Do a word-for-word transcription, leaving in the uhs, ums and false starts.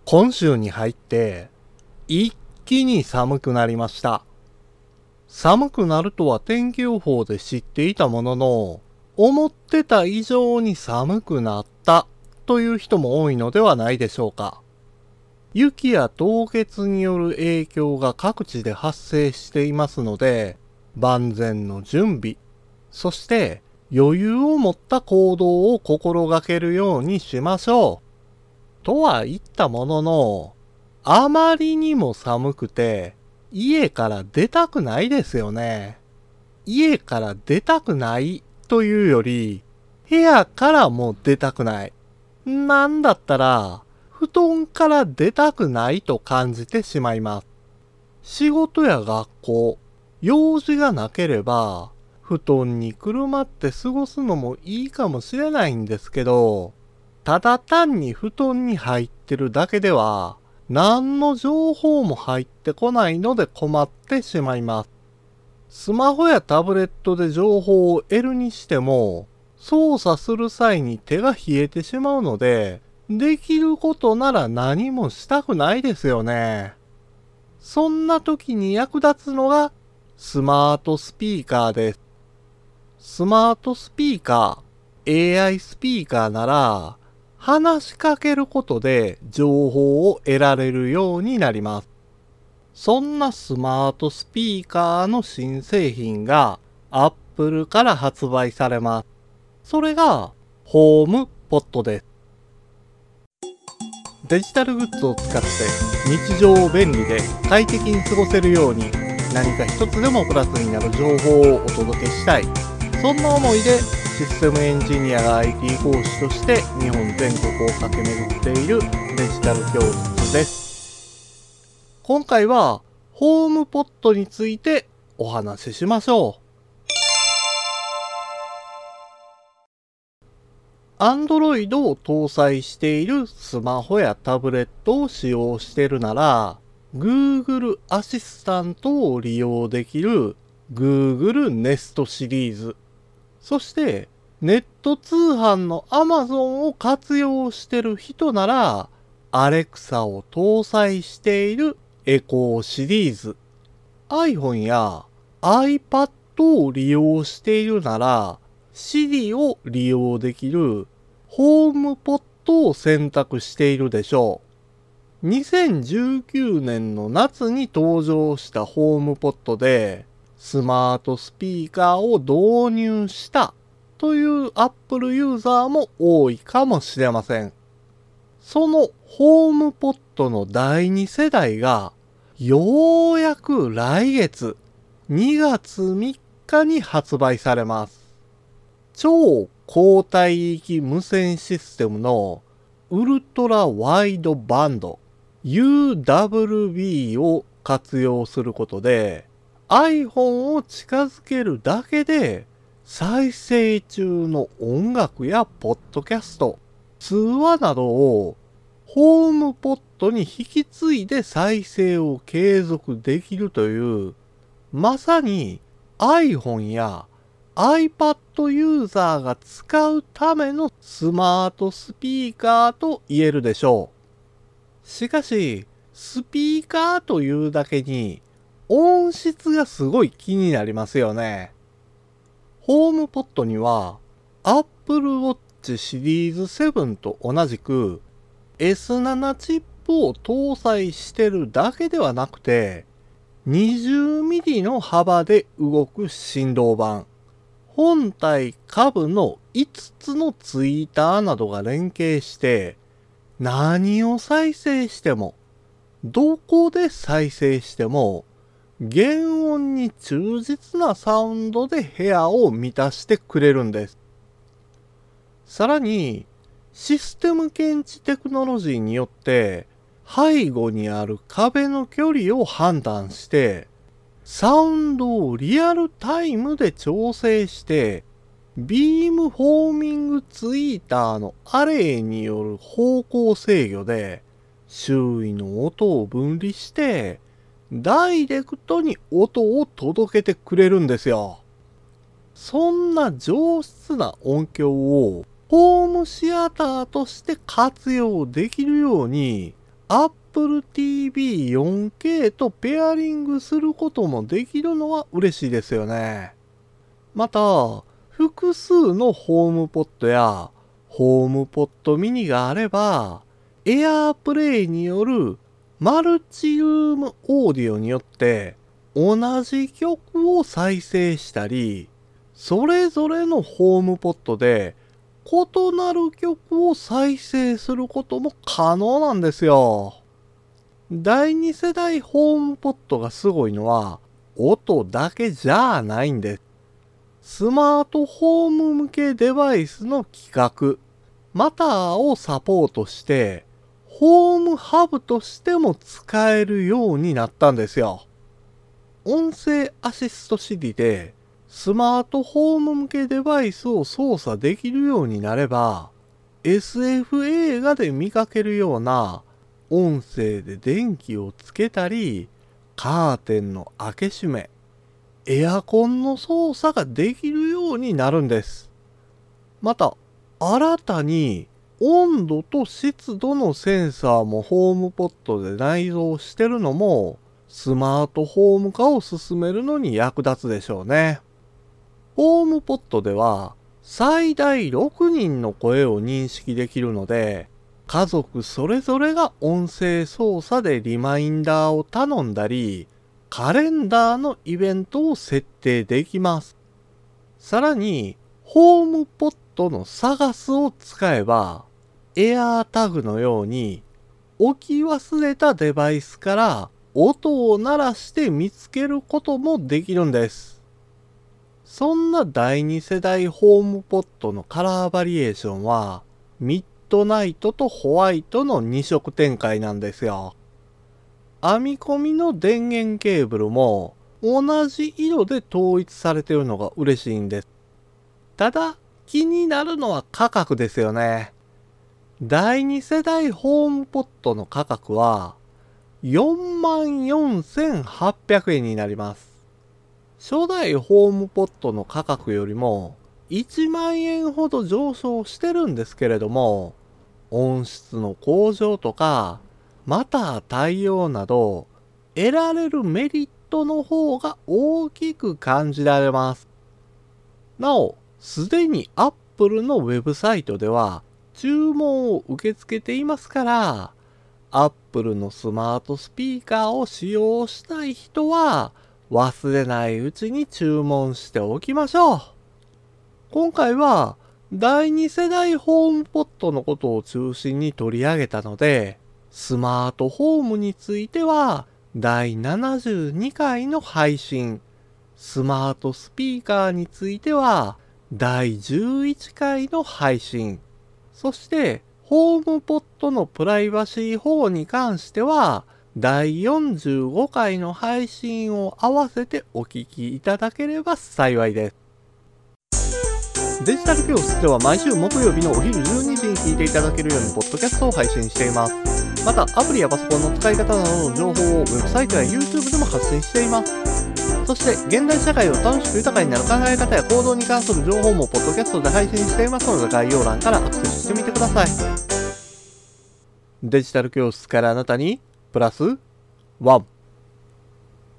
今週に入って一気に寒くなりました。寒くなるとは天気予報で知っていたものの、思ってた以上に寒くなったという人も多いのではないでしょうか。雪や凍結による影響が各地で発生していますので、万全の準備、そして余裕を持った行動を心がけるようにしましょう。とは言ったものの、あまりにも寒くて、家から出たくないですよね。家から出たくないというより、部屋からも出たくない。なんだったら、布団から出たくないと感じてしまいます。仕事や学校、用事がなければ、布団にくるまって過ごすのもいいかもしれないんですけど、ただ単に布団に入ってるだけでは、何の情報も入ってこないので困ってしまいます。スマホやタブレットで情報を得るにしても、操作する際に手が冷えてしまうので、できることなら何もしたくないですよね。そんな時に役立つのがスマートスピーカーです。スマートスピーカー、エーアイ スピーカーなら、話しかけることで情報を得られるようになります。そんなスマートスピーカーの新製品が Apple から発売されます。それがホームポットです。デジタルグッズを使って日常を便利で快適に過ごせるように何か一つでもプラスになる情報をお届けしたい。そんな思いでシステムエンジニアが アイティー 講師として日本全国を駆け巡っているデジタル教室です。今回はホームポットについてお話ししましょう。Android を搭載しているスマホやタブレットを使用しているなら、Google アシスタントを利用できる Google Nest シリーズ、そしてネット通販の Amazon を活用している人なら、Alexa を搭載している Echo シリーズ、iPhone や iPad を利用しているなら、Siri を利用できるホームポットを選択しているでしょう。にせんじゅうきゅうねんの夏に登場したホームポットでスマートスピーカーを導入したという Apple ユーザーも多いかもしれません。そのホームポットのだいに世代がようやく来月にがつみっかに発売されます。超高帯域無線システムのウルトラワイドバンド ユーダブリュービー を活用することで iPhone を近づけるだけで再生中の音楽やポッドキャスト、通話などをホームポットに引き継いで再生を継続できるというまさに iPhone やiPad ユーザーが使うためのスマートスピーカーと言えるでしょう。しかし、スピーカーというだけに音質がすごい気になりますよね。ホームポットには Apple Watch シリーズセブンと同じく エスセブン チップを搭載してるだけではなくて にじゅうミリ の幅で動く振動板、本体下部のいつつのツイーターなどが連携して何を再生してもどこで再生しても原音に忠実なサウンドで部屋を満たしてくれるんです。さらにシステム検知テクノロジーによって背後にある壁の距離を判断してサウンドをリアルタイムで調整して、ビームフォーミングツイーターのアレイによる方向制御で、周囲の音を分離して、ダイレクトに音を届けてくれるんですよ。そんな上質な音響をホームシアターとして活用できるように、 Apple ティーブイよんケー とペアリングすることもできるのは嬉しいですよね。また、複数のホームポットやホームポットミニがあれば、AirPlay によるマルチルームオーディオによって同じ曲を再生したり、それぞれのホームポットで異なる曲を再生することも可能なんですよ。だいに世代ホームポットがすごいのは音だけじゃないんです。スマートホーム向けデバイスの規格、マターをサポートして、ホームハブとしても使えるようになったんですよ。音声アシスト Siri で、スマートホーム向けデバイスを操作できるようになれば、エスエフ 映画で見かけるような音声で電気をつけたり、カーテンの開け閉め、エアコンの操作ができるようになるんです。また、新たに温度と湿度のセンサーもホームポットで内蔵してるのも、スマートホーム化を進めるのに役立つでしょうね。ホームポットでは最大ろくにんの声を認識できるので、家族それぞれが音声操作でリマインダーを頼んだり、カレンダーのイベントを設定できます。さらに、ホームポットの探すを使えば、エアータグのように置き忘れたデバイスから音を鳴らして見つけることもできるんです。そんなだいに世代ホームポットのカラーバリエーションは、ミッドナイトとホワイトのに色展開なんですよ。編み込みの電源ケーブルも同じ色で統一されているのが嬉しいんです。ただ気になるのは価格ですよね。だいに世代ホームポットの価格はよんまんよんせんはっぴゃくえんになります。初代ホームポットの価格よりもいちまんえんほど上昇してるんですけれども、音質の向上とかマター対応など得られるメリットの方が大きく感じられます。なお、すでに Apple のウェブサイトでは注文を受け付けていますから、Apple のスマートスピーカーを使用したい人は忘れないうちに注文しておきましょう。今回はだいに世代ホームポットのことを中心に取り上げたので、スマートホームについてはだいななじゅうにかいの配信、スマートスピーカーについてはだいじゅういっかいの配信、そしてホームポットのプライバシー保護に関してはだいよんじゅうごかいの配信を合わせてお聞きいただければ幸いです。デジタル教室では毎週木曜日のお昼じゅうにじに聞いていただけるようにポッドキャストを配信しています。またアプリやパソコンの使い方などの情報をウェブサイトや YouTube でも発信しています。そして現代社会を楽しく豊かになる考え方や行動に関する情報もポッドキャストで配信していますので、概要欄からアクセスしてみてください。デジタル教室からあなたにプラスワン。